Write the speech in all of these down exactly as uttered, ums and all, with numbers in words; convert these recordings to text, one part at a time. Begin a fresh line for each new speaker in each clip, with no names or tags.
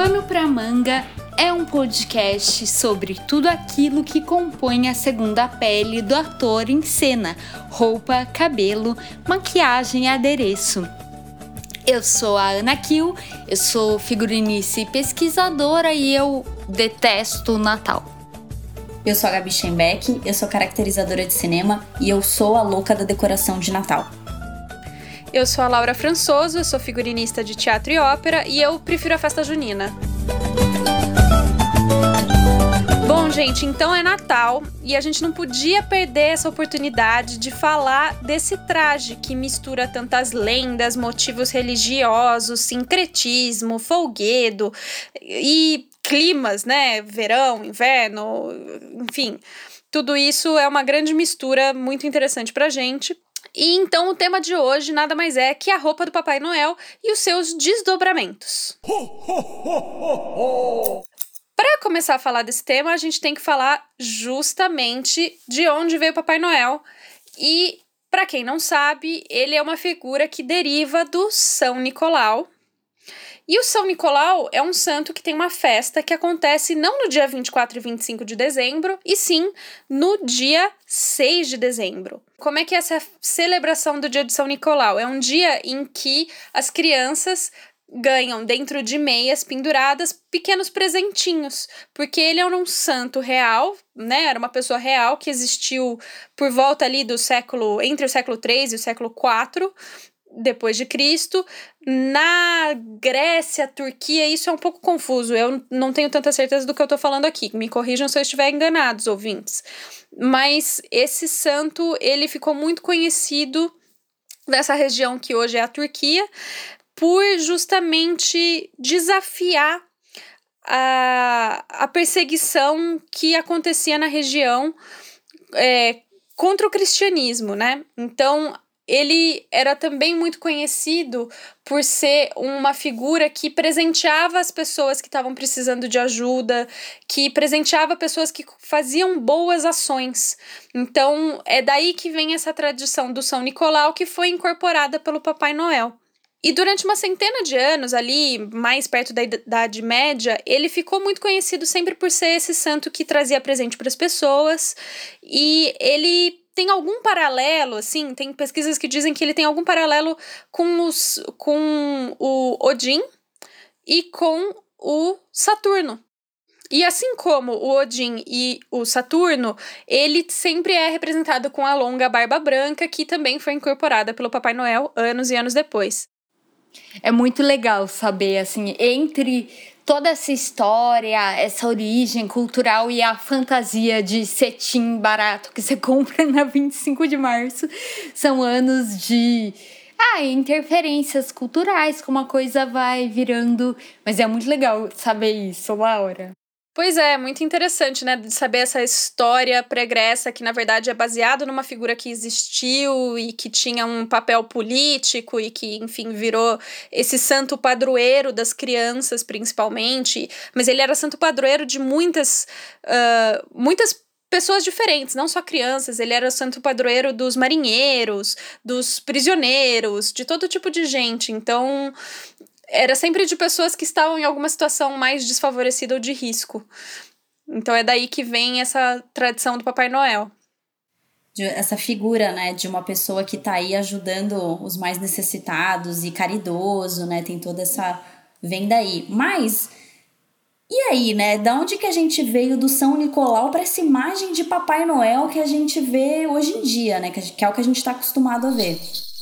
Pano pra Manga é um podcast sobre tudo aquilo que compõe a segunda pele do ator em cena: roupa, cabelo, maquiagem e adereço. Eu sou a Ana Kiel, eu sou figurinista e pesquisadora e eu detesto o Natal.
Eu sou a Gabi Schembeck, eu sou caracterizadora de cinema e eu sou a louca da decoração de Natal.
Eu sou a Laura Françoso, eu sou figurinista de teatro e ópera e eu prefiro a festa junina. Bom, gente, então é Natal e a gente não podia perder essa oportunidade de falar desse traje que mistura tantas lendas, motivos religiosos, sincretismo, folguedo e climas, né? Verão, inverno, enfim. Tudo isso é uma grande mistura muito interessante pra gente. E então o tema de hoje nada mais é que a roupa do Papai Noel e os seus desdobramentos. Para começar a falar desse tema, a gente tem que falar justamente de onde veio o Papai Noel. E, para quem não sabe, ele é uma figura que deriva do São Nicolau. E o São Nicolau é um santo que tem uma festa que acontece não no dia vinte e quatro e vinte e cinco de dezembro, e sim no dia seis de dezembro. Como é que é essa celebração do dia de São Nicolau? É um dia em que as crianças ganham dentro de meias penduradas pequenos presentinhos, porque ele é um santo real, né? Era uma pessoa real que existiu por volta ali do século, entre o século três e o século quatro depois de Cristo. Na Grécia, Turquia, isso é um pouco confuso, eu não tenho tanta certeza do que eu tô falando aqui, me corrijam se eu estiver enganados, ouvintes. Mas esse santo, ele ficou muito conhecido nessa região que hoje é a Turquia, por justamente desafiar a, a perseguição que acontecia na região é, contra o cristianismo, né? Então, ele era também muito conhecido por ser uma figura que presenteava as pessoas que estavam precisando de ajuda, que presenteava pessoas que faziam boas ações. Então, é daí que vem essa tradição do São Nicolau, que foi incorporada pelo Papai Noel. E durante uma centena de anos, ali, mais perto da Idade Média, ele ficou muito conhecido sempre por ser esse santo que trazia presente para as pessoas. E ele tem algum paralelo, assim, tem pesquisas que dizem que ele tem algum paralelo com, os, com o Odin e com o Saturno. E assim como o Odin e o Saturno, ele sempre é representado com a longa barba branca, que também foi incorporada pelo Papai Noel anos e anos depois.
É muito legal saber, assim, entre toda essa história, essa origem cultural e a fantasia de cetim barato que você compra na vinte e cinco de março, são anos de ah, interferências culturais, como a coisa vai virando. Mas é muito legal saber isso, Laura.
Pois é, muito interessante, né, de saber essa história pregressa que, na verdade, é baseado numa figura que existiu e que tinha um papel político e que, enfim, virou esse santo padroeiro das crianças, principalmente. Mas ele era santo padroeiro de muitas, uh, muitas pessoas diferentes, não só crianças. Ele era santo padroeiro dos marinheiros, dos prisioneiros, de todo tipo de gente. Então, era sempre de pessoas que estavam em alguma situação mais desfavorecida ou de risco. Então é daí que vem essa tradição do Papai Noel.
Essa figura, né, de uma pessoa que tá aí ajudando os mais necessitados e caridoso, né, tem toda essa... vem daí. Mas, e aí, né, da onde que a gente veio do São Nicolau para essa imagem de Papai Noel que a gente vê hoje em dia, né, que é o que a gente tá acostumado a ver?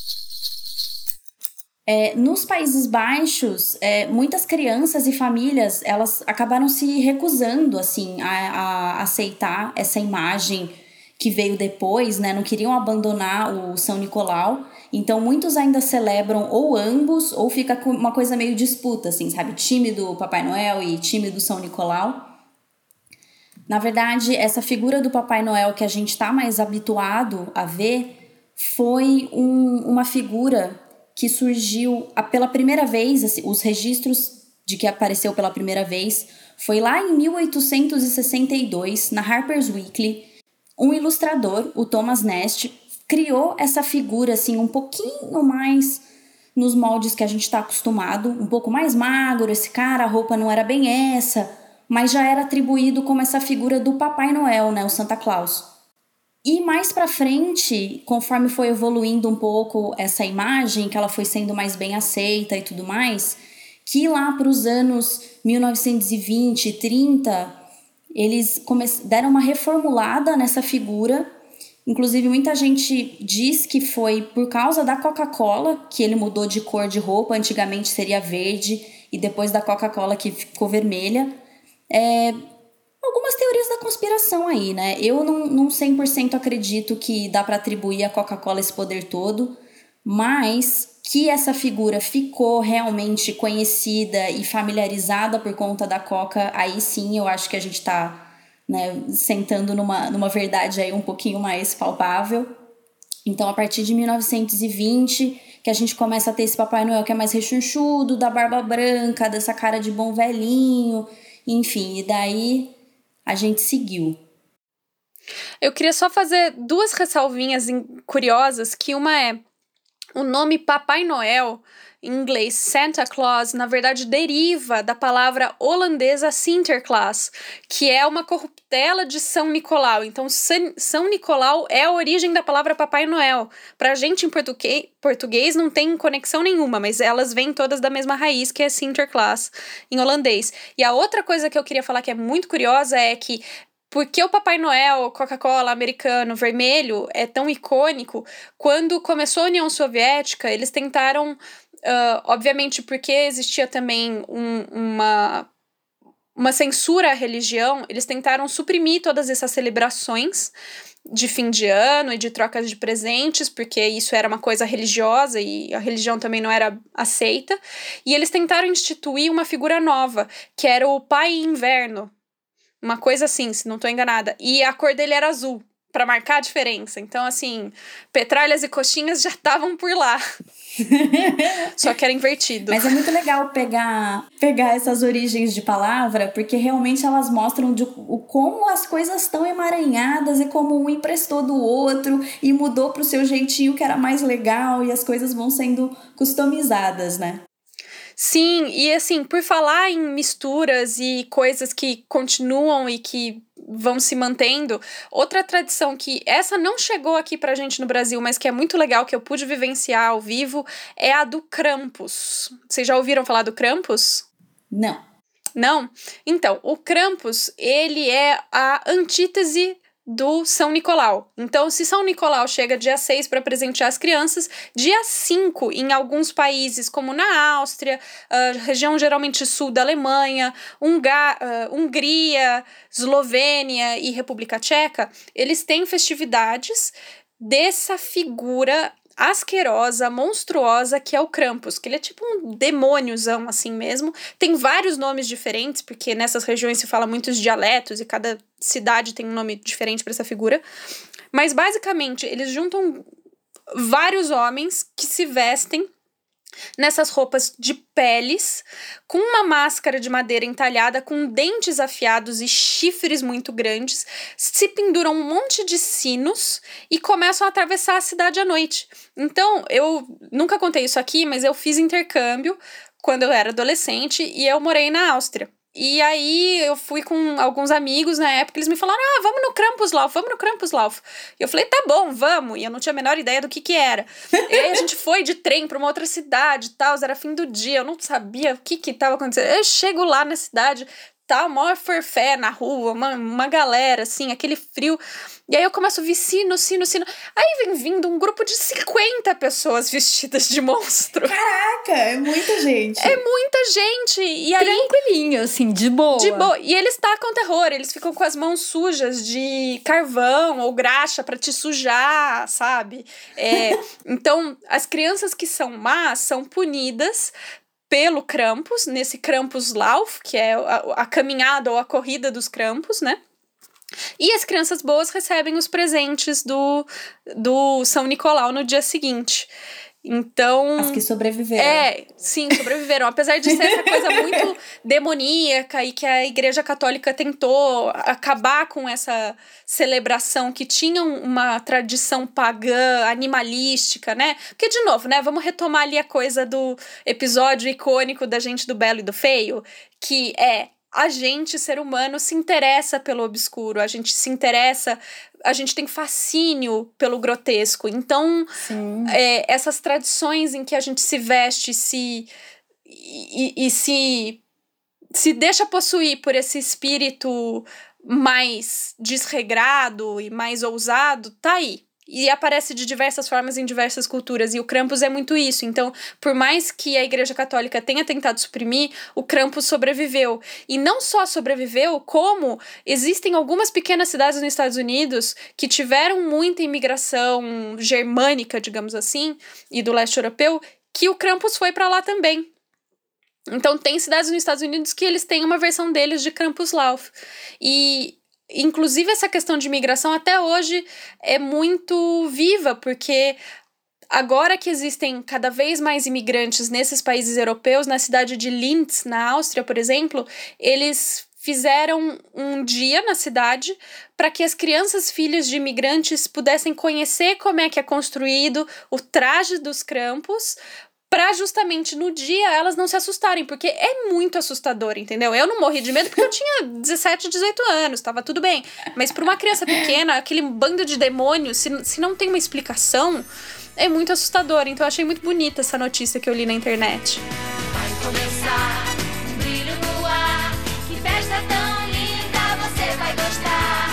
É, nos Países Baixos, é, muitas crianças e famílias, elas acabaram se recusando, assim, a, a aceitar essa imagem que veio depois, né? Não queriam abandonar o São Nicolau. Então, muitos ainda celebram ou ambos, ou fica com uma coisa meio disputa, assim, sabe? Time do Papai Noel e time do São Nicolau. Na verdade, essa figura do Papai Noel que a gente está mais habituado a ver foi um, uma figura que surgiu pela primeira vez, assim, os registros de que apareceu pela primeira vez, foi lá em mil oitocentos e sessenta e dois, na Harper's Weekly. Um ilustrador, o Thomas Nast, criou essa figura assim, um pouquinho mais nos moldes que a gente está acostumado, um pouco mais magro, esse cara, a roupa não era bem essa, mas já era atribuído como essa figura do Papai Noel, né, o Santa Claus. E mais pra frente, conforme foi evoluindo um pouco essa imagem, que ela foi sendo mais bem aceita e tudo mais, que lá para os anos mil novecentos e vinte, trinta, eles come- deram uma reformulada nessa figura. Inclusive, muita gente diz que foi por causa da Coca-Cola que ele mudou de cor de roupa. Antigamente seria verde e depois da Coca-Cola que ficou vermelha. É, algumas teorias da conspiração aí, né? Eu não, não cem por cento acredito que dá para atribuir à Coca-Cola esse poder todo, mas que essa figura ficou realmente conhecida e familiarizada por conta da Coca, aí sim eu acho que a gente tá, né, sentando numa, numa verdade aí um pouquinho mais palpável. Então, a partir de mil novecentos e vinte, que a gente começa a ter esse Papai Noel que é mais rechonchudo, da barba branca, dessa cara de bom velhinho, enfim, e daí a gente seguiu.
Eu queria só fazer duas ressalvinhas curiosas, que uma é o nome Papai Noel, em inglês Santa Claus, na verdade deriva da palavra holandesa Sinterklaas, que é uma corruptela de São Nicolau. Então, São Nicolau é a origem da palavra Papai Noel. Pra gente em português, português não tem conexão nenhuma, mas elas vêm todas da mesma raiz, que é Sinterklaas, em holandês. E a outra coisa que eu queria falar que é muito curiosa é que porque o Papai Noel, Coca-Cola, americano, vermelho, é tão icônico, quando começou a União Soviética, eles tentaram, uh, obviamente porque existia também um, uma, uma censura à religião, eles tentaram suprimir todas essas celebrações de fim de ano e de trocas de presentes, porque isso era uma coisa religiosa e a religião também não era aceita, e eles tentaram instituir uma figura nova, que era o Pai Inverno. Uma coisa assim, se não tô enganada. E a cor dele era azul, pra marcar a diferença. Então, assim, petralhas e coxinhas já estavam por lá. Só que era invertido.
Mas é muito legal pegar, pegar essas origens de palavra, porque realmente elas mostram de, o, como as coisas estão emaranhadas e como um emprestou do outro e mudou pro seu jeitinho que era mais legal e as coisas vão sendo customizadas, né?
Sim, e assim, por falar em misturas e coisas que continuam e que vão se mantendo, outra tradição que essa não chegou aqui pra gente no Brasil, mas que é muito legal, que eu pude vivenciar ao vivo, é a do Krampus. Vocês já ouviram falar do Krampus?
Não.
Não? Então, o Krampus, ele é a antítese do São Nicolau. Então, se São Nicolau chega dia seis para presentear as crianças, dia cinco, em alguns países, como na Áustria, uh, região geralmente sul da Alemanha, Hunga- uh, Hungria, Eslovênia e República Tcheca, eles têm festividades dessa figura asquerosa, monstruosa, que é o Krampus, que ele é tipo um demôniozão assim mesmo. Tem vários nomes diferentes, porque nessas regiões se fala muitos dialetos e cada cidade tem um nome diferente para essa figura. Mas basicamente, eles juntam vários homens que se vestem nessas roupas de peles, com uma máscara de madeira entalhada, com dentes afiados e chifres muito grandes, se penduram um monte de sinos e começam a atravessar a cidade à noite. Então, eu nunca contei isso aqui, mas eu fiz intercâmbio quando eu era adolescente e eu morei na Áustria. E aí eu fui com alguns amigos na época, eles me falaram, ah, vamos no Krampuslauf, vamos no Krampuslauf. E eu falei, tá bom, vamos. E eu não tinha a menor ideia do que que era. E aí a gente foi de trem pra uma outra cidade e tal, era fim do dia, eu não sabia o que que tava acontecendo. Eu chego lá na cidade, tá, maior forfé na rua, uma, uma galera, assim, aquele frio. E aí eu começo a ouvir sino, sino, sino. Aí vem vindo um grupo de cinquenta pessoas vestidas de monstro.
Caraca, é muita gente.
É muita gente. E aí,
tranquilinho, assim, de boa.
De boa. E eles tacam terror, eles ficam com as mãos sujas de carvão ou graxa pra te sujar, sabe? É, então, as crianças que são más são punidas pelo Krampus, nesse Krampuslauf, que é a, a caminhada ou a corrida dos Krampus, né? E as crianças boas recebem os presentes do, do São Nicolau no dia seguinte. Então...
As que sobreviveram.
É, sim, sobreviveram. Apesar de ser essa coisa muito demoníaca e que a Igreja Católica tentou acabar com essa celebração que tinha uma tradição pagã, animalística, né? Porque, de novo, né? Vamos retomar ali a coisa do episódio icônico da gente do Belo e do Feio, que é... A gente, ser humano, se interessa pelo obscuro, a gente se interessa, a gente tem fascínio pelo grotesco. Então, é, essas tradições em que a gente se veste se, e, e se, se deixa possuir por esse espírito mais desregrado e mais ousado, tá aí. E aparece de diversas formas em diversas culturas. E o Krampus é muito isso. Então, por mais que a Igreja Católica tenha tentado suprimir, o Krampus sobreviveu. E não só sobreviveu, como existem algumas pequenas cidades nos Estados Unidos que tiveram muita imigração germânica, digamos assim, e do leste europeu, que o Krampus foi pra lá também. Então, tem cidades nos Estados Unidos que eles têm uma versão deles de Krampuslauf. E... Inclusive, essa questão de imigração até hoje é muito viva, porque agora que existem cada vez mais imigrantes nesses países europeus, na cidade de Linz, na Áustria, por exemplo, eles fizeram um dia na cidade para que as crianças filhas de imigrantes pudessem conhecer como é que é construído o traje dos Krampus, pra justamente no dia elas não se assustarem, porque é muito assustador, entendeu? Eu não morri de medo porque eu tinha dezessete, dezoito anos, tava tudo bem. Mas pra uma criança pequena, aquele bando de demônios, se, se não tem uma explicação, é muito assustador. Então eu achei muito bonita essa notícia que eu li na internet.
Vai começar um brilho no ar, que festa tão linda, você vai gostar.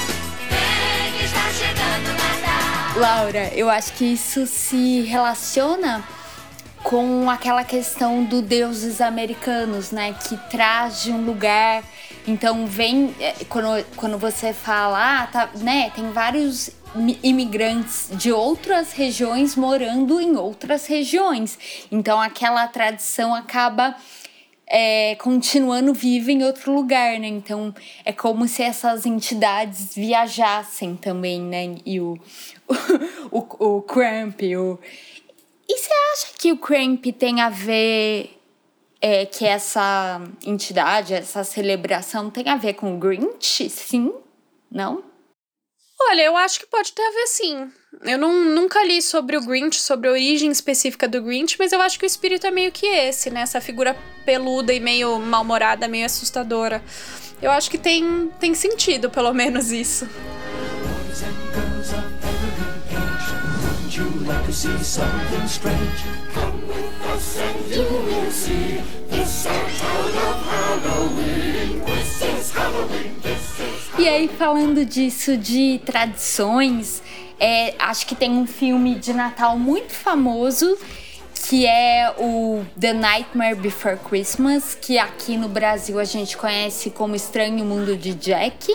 Vem que está chegando o Natal.
Laura, eu acho que isso se relaciona com aquela questão do deuses americanos, né, que traz de um lugar, então vem, quando, quando você fala, ah, tá, né, tem vários imigrantes de outras regiões morando em outras regiões, então aquela tradição acaba é, continuando viva em outro lugar, né, então é como se essas entidades viajassem também, né, e o, o, o, o Kramp, o... E você acha que o Kramp tem a ver, é, que essa entidade, essa celebração tem a ver com o Grinch? Sim? Não?
Olha, eu acho que pode ter a ver sim. Eu não, nunca li sobre o Grinch, sobre a origem específica do Grinch, mas eu acho que o espírito é meio que esse, né? Essa figura peluda e meio mal-humorada, meio assustadora. Eu acho que tem, tem sentido, pelo menos, isso.
Boys and girls of every age, would you like to see something strange? Come with us and you will see. This our town of Halloween. This is Halloween. This is Halloween.
E aí, falando disso, de tradições, é, acho que tem um filme de Natal muito famoso, que é o The Nightmare Before Christmas, que aqui no Brasil a gente conhece como Estranho Mundo de Jack.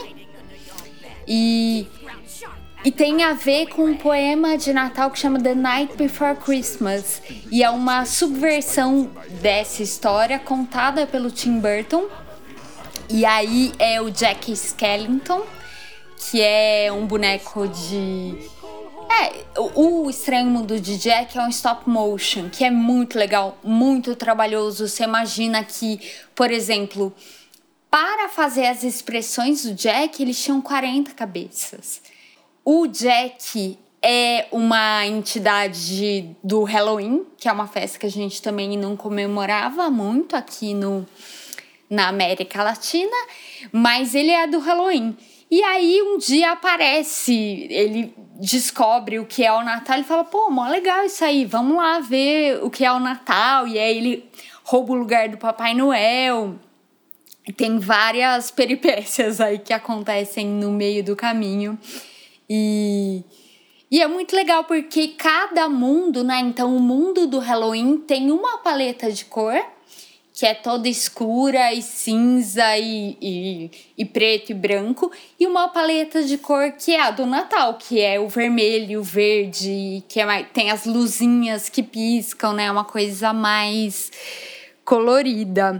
E, e tem a ver com um poema de Natal que chama The Night Before Christmas. E é uma subversão dessa história contada pelo Tim Burton. E aí é o Jack Skellington, que é um boneco de... É, o Estranho Mundo de Jack é um stop motion, que é muito legal, muito trabalhoso. Você imagina que, por exemplo, para fazer as expressões do Jack, eles tinham quarenta cabeças. O Jack é uma entidade do Halloween, que é uma festa que a gente também não comemorava muito aqui no, na América Latina, mas ele é do Halloween. E aí um dia aparece, ele descobre o que é o Natal e fala, pô, mó legal isso aí, vamos lá ver o que é o Natal. E aí ele rouba o lugar do Papai Noel. Tem várias peripécias aí que acontecem no meio do caminho. E, e é muito legal porque cada mundo, né? Então o mundo do Halloween tem uma paleta de cor que é toda escura e cinza e, e, e preto e branco, e uma paleta de cor que é a do Natal, que é o vermelho, o verde, que é mais, tem as luzinhas que piscam, né? Uma coisa mais colorida.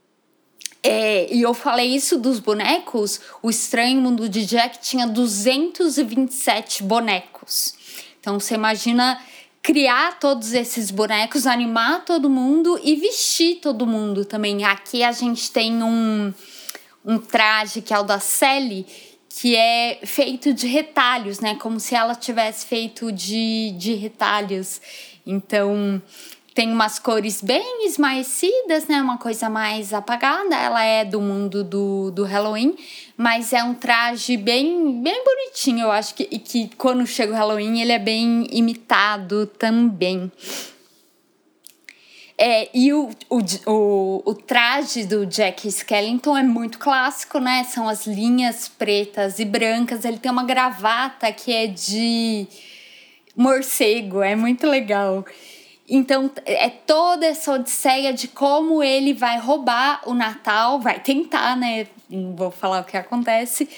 É, e eu falei isso dos bonecos, o Estranho Mundo de Jack tinha duzentos e vinte e sete bonecos. Então você imagina criar todos esses bonecos, animar todo mundo e vestir todo mundo também. Aqui a gente tem um, um traje que é o da Sally, que é feito de retalhos, né? Como se ela tivesse feito de, de retalhos. Então, tem umas cores bem esmaecidas, né? Uma coisa mais apagada. Ela é do mundo do, do Halloween, mas é um traje bem, bem bonitinho. Eu acho que, e que quando chega o Halloween, ele é bem imitado também. É, e o, o, o, o traje do Jack Skellington é muito clássico, né? São as linhas pretas e brancas. Ele tem uma gravata que é de morcego, é muito legal. Então, é toda essa odisseia de como ele vai roubar o Natal, vai tentar, né? Não vou falar o que acontece,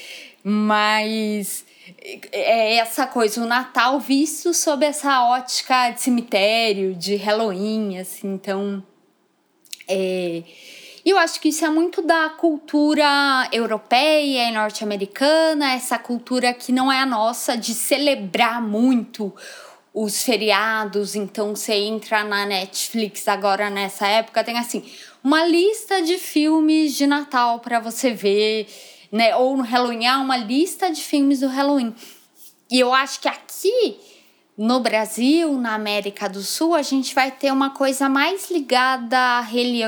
mas é essa coisa, o Natal visto sob essa ótica de cemitério, de Halloween, assim, então... É... E eu acho que isso é muito da cultura europeia e norte-americana, essa cultura que não é a nossa, de celebrar muito os feriados. Então você entra na Netflix agora nessa época, tem assim uma lista de filmes de Natal para você ver, né? Ou no Halloween há uma lista de filmes do Halloween. E eu acho que aqui no Brasil, na América do Sul, a gente vai ter uma coisa mais ligada à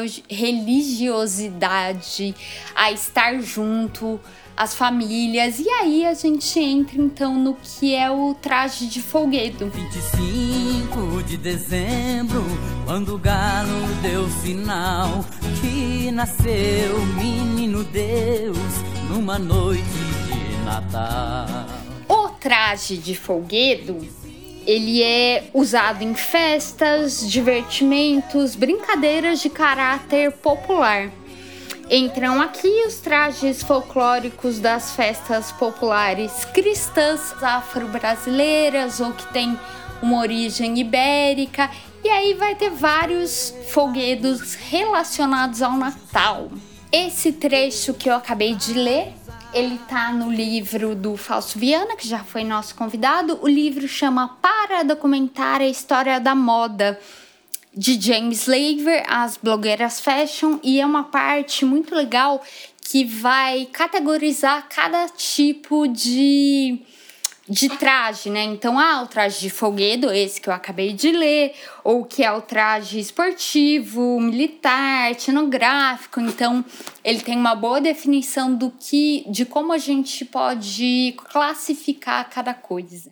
religiosidade, a estar junto, as famílias. E aí a gente entra então no que é o traje de folguedo.
vinte e cinco de dezembro, quando o galo deu sinal que nasceu o menino Deus numa noite de Natal.
O traje de folguedo, ele é usado em festas, divertimentos, brincadeiras de caráter popular. Entram aqui os trajes folclóricos das festas populares cristãs, afro-brasileiras ou que tem uma origem ibérica. E aí vai ter vários folguedos relacionados ao Natal. Esse trecho que eu acabei de ler, ele tá no livro do Fausto Viana, que já foi nosso convidado. O livro chama Para Documentar a História da Moda, de James Laver, as blogueiras fashion, e é uma parte muito legal que vai categorizar cada tipo de, de traje, né? Então, ah, o traje de folguedo, esse que eu acabei de ler, ou que é o traje esportivo, militar, etnográfico. Então, ele tem uma boa definição do que, de como a gente pode classificar cada coisa.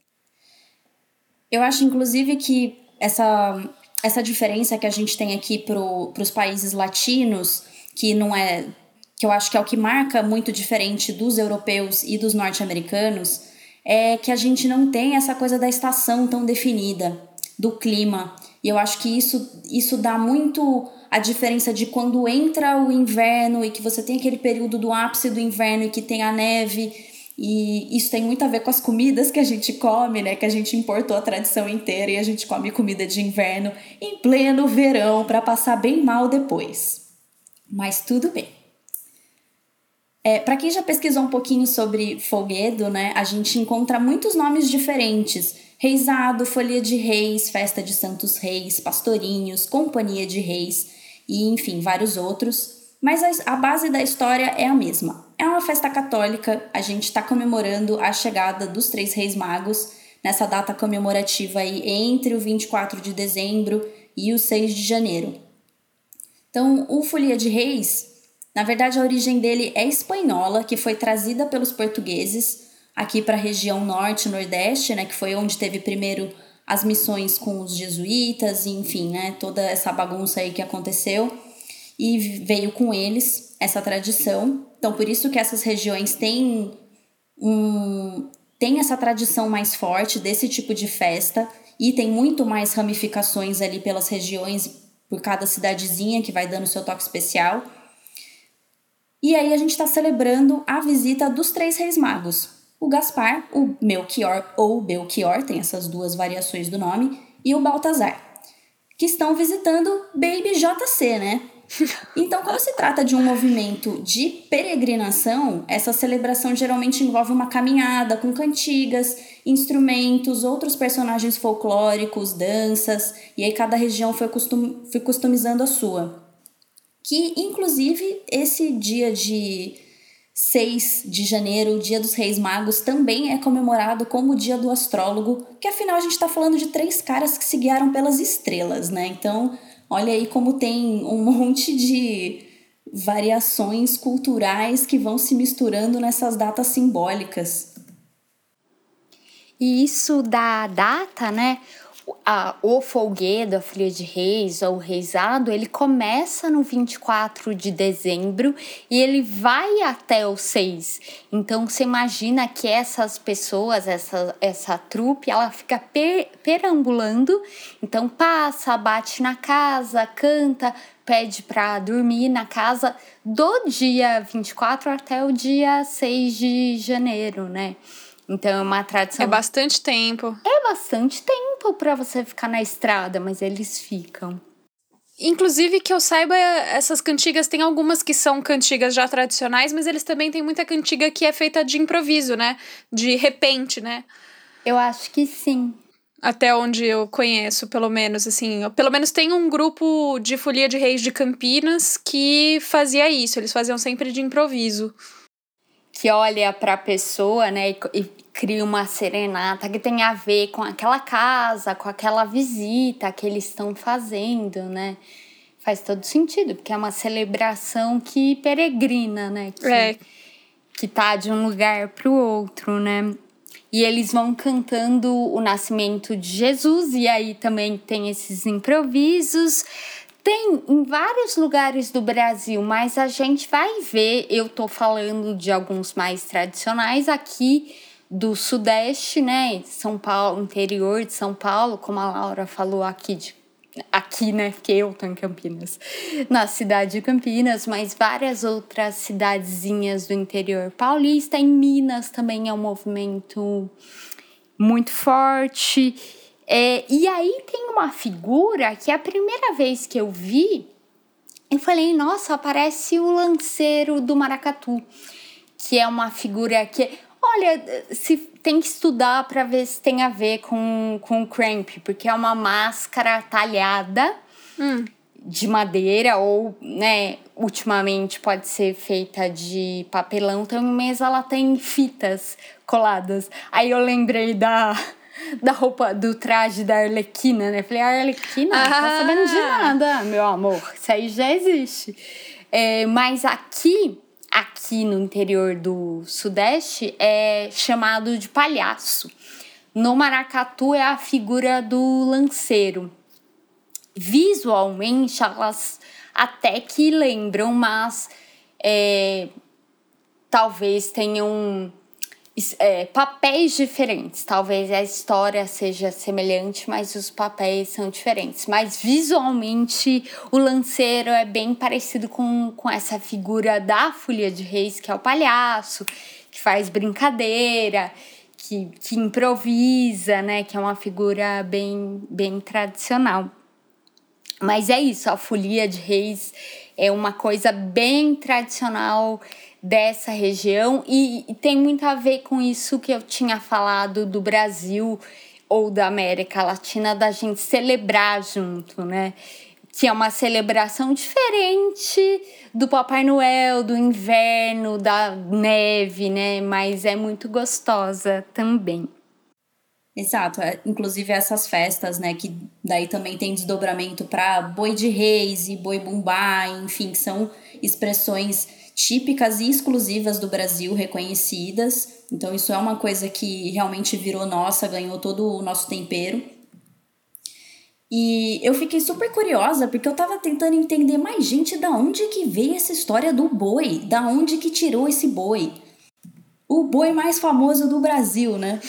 Eu acho, inclusive, que essa... essa diferença que a gente tem aqui para os países latinos, que não é, que eu acho que é o que marca muito diferente dos europeus e dos norte-americanos, é que a gente não tem essa coisa da estação tão definida, do clima. E eu acho que isso, isso dá muito a diferença de quando entra o inverno e que você tem aquele período do ápice do inverno e que tem a neve. E isso tem muito a ver com as comidas que a gente come, né? Que a gente importou a tradição inteira e a gente come comida de inverno em pleno verão para passar bem mal depois. Mas tudo bem. É, para quem já pesquisou um pouquinho sobre folguedo, né? A gente encontra muitos nomes diferentes. Reisado, Folia de Reis, Festa de Santos Reis, Pastorinhos, Companhia de Reis e, enfim, vários outros. Mas a base da história é a mesma. É uma festa católica, a gente está comemorando a chegada dos Três Reis Magos, nessa data comemorativa aí entre o vinte e quatro de dezembro e o seis de janeiro. Então, o Folia de Reis, na verdade a origem dele é espanhola, que foi trazida pelos portugueses aqui para a região norte e nordeste, né, que foi onde teve primeiro as missões com os jesuítas, e, enfim, né, toda essa bagunça aí que aconteceu. E veio com eles essa tradição. Então, por isso que essas regiões têm, um, têm essa tradição mais forte desse tipo de festa. E tem muito mais ramificações ali pelas regiões, por cada cidadezinha que vai dando seu toque especial. E aí a gente está celebrando a visita dos Três Reis Magos. O Gaspar, o Melchior ou Belchior, tem essas duas variações do nome, e o Baltazar, que estão visitando Baby J C, né? Então, como se trata de um movimento de peregrinação, essa celebração geralmente envolve uma caminhada com cantigas instrumentos, outros personagens folclóricos, danças, e aí cada região foi, custom, foi customizando a sua. Que, inclusive, esse dia de seis de janeiro, o Dia dos Reis Magos, também é comemorado como o Dia do Astrólogo, que afinal a gente está falando de três caras que se guiaram pelas estrelas, né? Então, olha aí como tem um monte de variações culturais que vão se misturando nessas datas simbólicas.
E isso da data, né? A, o folguedo, a folia de reis ou o reisado, ele começa no vinte e quatro de dezembro e ele vai até o seis. Então, você imagina que essas pessoas, essa, essa trupe, ela fica per, perambulando. Então, passa, bate na casa, canta, pede para dormir na casa do dia vinte e quatro até o dia seis de janeiro, né? Então, é uma tradição...
É bastante tempo.
É bastante tempo para você ficar na estrada, mas eles ficam.
Inclusive, que eu saiba, essas cantigas, tem algumas que são cantigas já tradicionais, mas eles também têm muita cantiga que é feita de improviso, né? De repente, né?
Eu acho que sim.
Até onde eu conheço, pelo menos, assim. Pelo menos tem um grupo de folia de reis de Campinas que fazia isso. Eles faziam sempre de improviso.
Que olha para a pessoa, né, e, e cria uma serenata que tem a ver com aquela casa, com aquela visita que eles estão fazendo, né? Faz todo sentido, porque é uma celebração que peregrina, né? Que,
é.
que tá de um lugar para o outro, né? E eles vão cantando o nascimento de Jesus, e aí também tem esses improvisos. Tem em vários lugares do Brasil, mas a gente vai ver, eu tô falando de alguns mais tradicionais aqui do Sudeste, né? São Paulo, interior de São Paulo, como a Laura falou aqui, de, aqui, né? Porque eu tô em Campinas, na cidade de Campinas, mas várias outras cidadezinhas do interior paulista. Em Minas também é um movimento muito forte. É, e aí tem uma figura que a primeira vez que eu vi, eu falei, nossa, parece o lanceiro do maracatu, que é uma figura que, olha, se tem que estudar para ver se tem a ver com, com o cramp, porque é uma máscara talhada hum. de madeira ou, né, ultimamente pode ser feita de papelão, então mesmo ela tem fitas coladas. Aí eu lembrei da... da roupa, do traje da Arlequina, né? Falei, a Arlequina ah. não tá sabendo de nada, meu amor. Isso aí já existe. É, mas aqui, aqui no interior do Sudeste, é chamado de palhaço. No maracatu é a figura do lanceiro. Visualmente, elas até que lembram, mas é, talvez tenham... É, papéis diferentes, talvez a história seja semelhante, mas os papéis são diferentes. Mas visualmente o lanceiro é bem parecido com, com essa figura da folia de reis, que é o palhaço, que faz brincadeira, que, que improvisa, né? Que é uma figura bem, bem tradicional. Mas é isso, a folia de reis é uma coisa bem tradicional dessa região e, e tem muito a ver com isso que eu tinha falado do Brasil ou da América Latina, da gente celebrar junto, né? Que é uma celebração diferente do Papai Noel, do inverno, da neve, né? Mas é muito gostosa também.
Exato, é, inclusive essas festas, né, que daí também tem desdobramento para boi de reis e boi bumbá, enfim, que são expressões típicas e exclusivas do Brasil, reconhecidas. Então isso é uma coisa que realmente virou nossa, ganhou todo o nosso tempero. E eu fiquei super curiosa, porque eu tava tentando entender mais, gente, da onde que veio essa história do boi, da onde que tirou esse boi. O boi mais famoso do Brasil, né?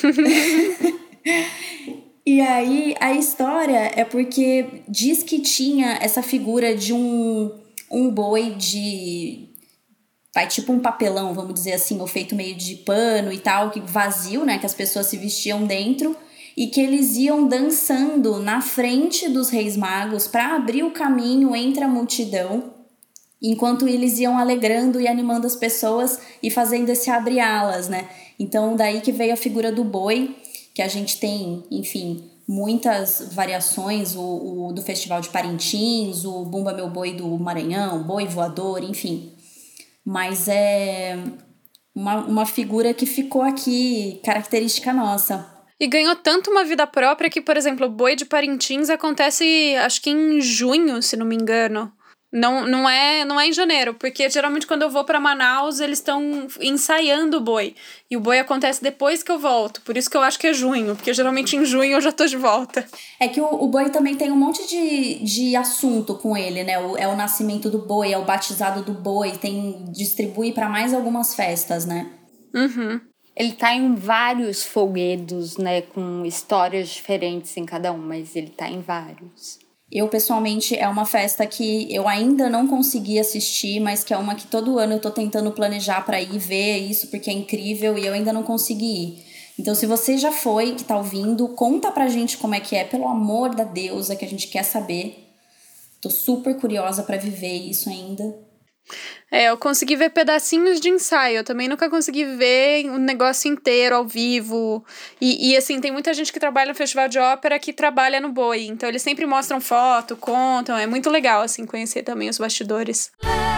E aí, a história é porque diz que tinha essa figura de um, um boi de... vai tipo um papelão, vamos dizer assim, ou feito meio de pano e tal, que vazio, né? Que as pessoas se vestiam dentro e que eles iam dançando na frente dos Reis Magos para abrir o caminho entre a multidão, enquanto eles iam alegrando e animando as pessoas e fazendo esse abre-alas, né? Então, daí que veio a figura do boi, que a gente tem, enfim, muitas variações, o, o do Festival de Parintins, o Bumba Meu Boi do Maranhão, Boi Voador, enfim. Mas é uma, uma figura que ficou aqui, característica nossa.
E ganhou tanto uma vida própria que, por exemplo, o Boi de Parintins acontece, acho que em junho, se não me engano. Não, não, é, não é em janeiro, porque geralmente quando eu vou pra Manaus, eles estão ensaiando o boi. E o boi acontece depois que eu volto. Por isso que eu acho que é junho, porque geralmente em junho eu já tô de volta.
É que o, o boi também tem um monte de, de assunto com ele, né? O, é o nascimento do boi, é o batizado do boi, tem distribui pra mais algumas festas, né?
Uhum.
Ele tá em vários folguedos, né? Com histórias diferentes em cada um, mas ele tá em vários.
Eu, pessoalmente, é uma festa que eu ainda não consegui assistir, mas que é uma que todo ano eu tô tentando planejar pra ir ver isso, porque é incrível e eu ainda não consegui ir. Então, se você já foi, que tá ouvindo, conta pra gente como é que é, pelo amor da deusa, que a gente quer saber. Tô super curiosa pra viver isso ainda.
É, eu consegui ver pedacinhos de ensaio, eu também nunca consegui ver o negócio inteiro, ao vivo. E, e, assim, tem muita gente que trabalha no Festival de Ópera que trabalha no boi, então eles sempre mostram foto, contam, é muito legal, assim, conhecer também os bastidores.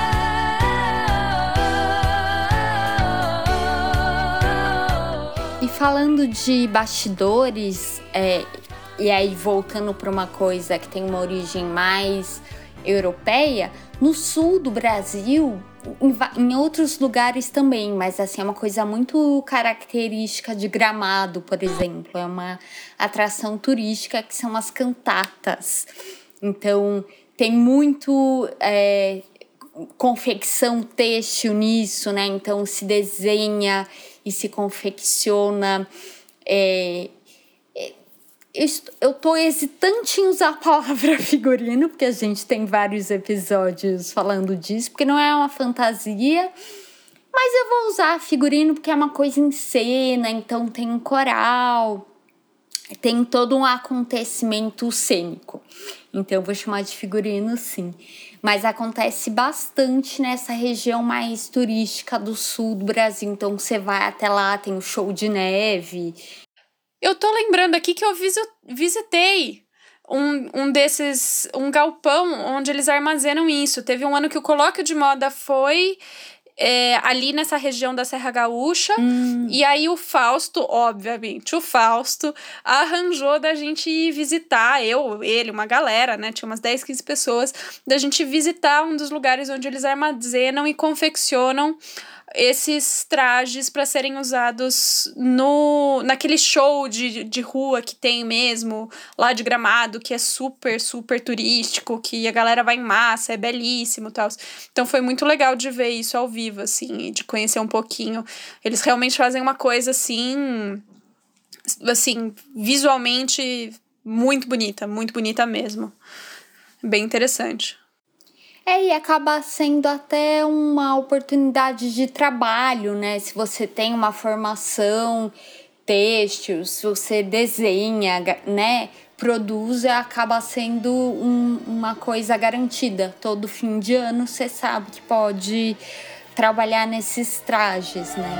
E falando de bastidores, é, e aí voltando para uma coisa que tem uma origem mais europeia, no sul do Brasil, em, em outros lugares também, mas assim, é uma coisa muito característica de Gramado, por exemplo, é uma atração turística que são as cantatas. Então, tem muito é, confecção têxtil nisso, né? Então, se desenha e se confecciona. É, Eu tô hesitante em usar a palavra figurino, porque a gente tem vários episódios falando disso, porque não é uma fantasia, mas eu vou usar figurino porque é uma coisa em cena, então tem um coral, tem todo um acontecimento cênico. Então eu vou chamar de figurino, sim. Mas acontece bastante nessa região mais turística do sul do Brasil, então você vai até lá, tem o show de neve.
Eu tô lembrando aqui que eu visitei um, um desses, um galpão onde eles armazenam isso. Teve um ano que o Colóquio de Moda foi é, ali nessa região da Serra Gaúcha. Hum. E aí o Fausto, obviamente, o Fausto arranjou da gente ir visitar, eu, ele, uma galera, né? Tinha umas dez, quinze pessoas, da gente visitar um dos lugares onde eles armazenam e confeccionam esses trajes para serem usados no, naquele show de, de rua que tem mesmo, lá de Gramado, que é super, super turístico, que a galera vai em massa, é belíssimo e tal. Então foi muito legal de ver isso ao vivo, assim, de conhecer um pouquinho. Eles realmente fazem uma coisa, assim, assim, visualmente muito bonita, muito bonita mesmo. Bem interessante.
É, e acaba sendo até uma oportunidade de trabalho, né? Se você tem uma formação têxtil, se você desenha, né? Produz, acaba sendo um, uma coisa garantida. Todo fim de ano você sabe que pode trabalhar nesses trajes, né?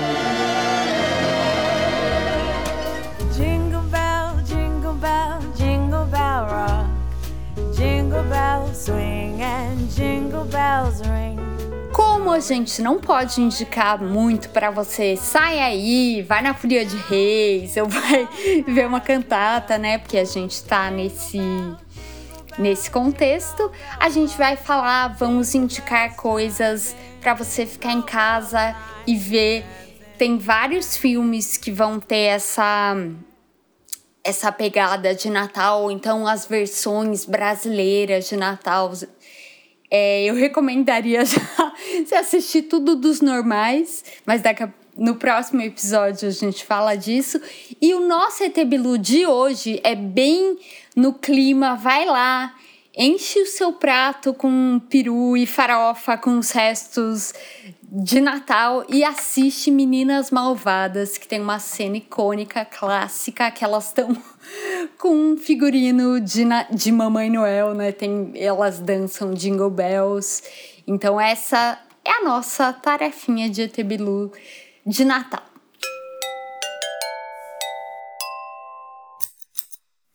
Jingle bell, jingle bell, jingle bell rock. Jingle bell swing and jingle bells ring.
Como a gente não pode indicar muito pra você, sai aí, vai na Folia de Reis, ou vai ver uma cantata, né? Porque a gente tá nesse, nesse contexto. A gente vai falar, vamos indicar coisas pra você ficar em casa e ver. Tem vários filmes que vão ter essa... essa pegada de Natal, então as versões brasileiras de Natal, é, eu recomendaria já você assistir tudo dos normais, mas daqui a, no próximo episódio a gente fala disso. E o nosso E T Bilu de hoje é bem no clima, vai lá, enche o seu prato com peru e farofa com os restos de Natal e assiste Meninas Malvadas, que tem uma cena icônica, clássica, que elas estão com um figurino de, de Mamãe Noel, né? Tem, elas dançam Jingle Bells. Então essa é a nossa tarefinha de E T Bilu de Natal.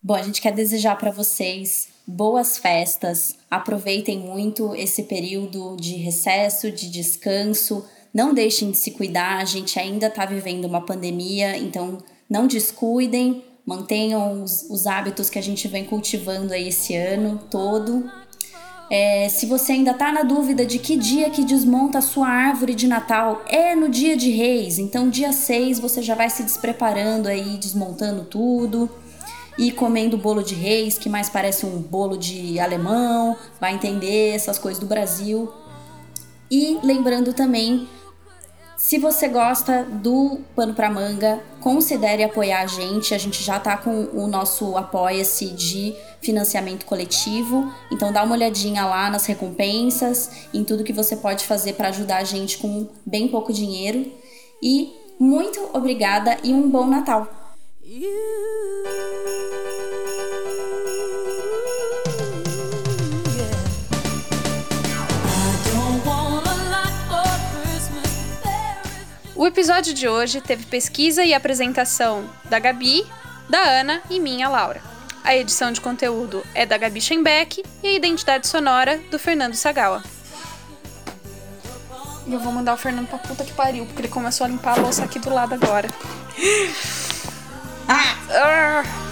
Bom, a gente quer desejar para vocês boas festas, aproveitem muito esse período de recesso, de descanso, não deixem de se cuidar, a gente ainda está vivendo uma pandemia, então não descuidem, mantenham os, os hábitos que a gente vem cultivando aí esse ano todo. É, se você ainda está na dúvida de que dia que desmonta a sua árvore de Natal, é no dia de Reis, então dia seis você já vai se despreparando aí, desmontando tudo e comendo bolo de Reis, que mais parece um bolo de alemão, vai entender essas coisas do Brasil. E lembrando também, se você gosta do Pano Pra Manga, considere apoiar a gente. A gente já tá com o nosso Apoia-se de financiamento coletivo. Então dá uma olhadinha lá nas recompensas, em tudo que você pode fazer para ajudar a gente com bem pouco dinheiro. E muito obrigada e um bom Natal!
O episódio de hoje teve pesquisa e apresentação da Gabi, da Ana e minha, Laura. A edição de conteúdo é da Gabi Schenbeck e a identidade sonora do Fernando Sagawa. E eu vou mandar o Fernando pra puta que pariu, porque ele começou a limpar a louça aqui do lado agora. Ah! Ah!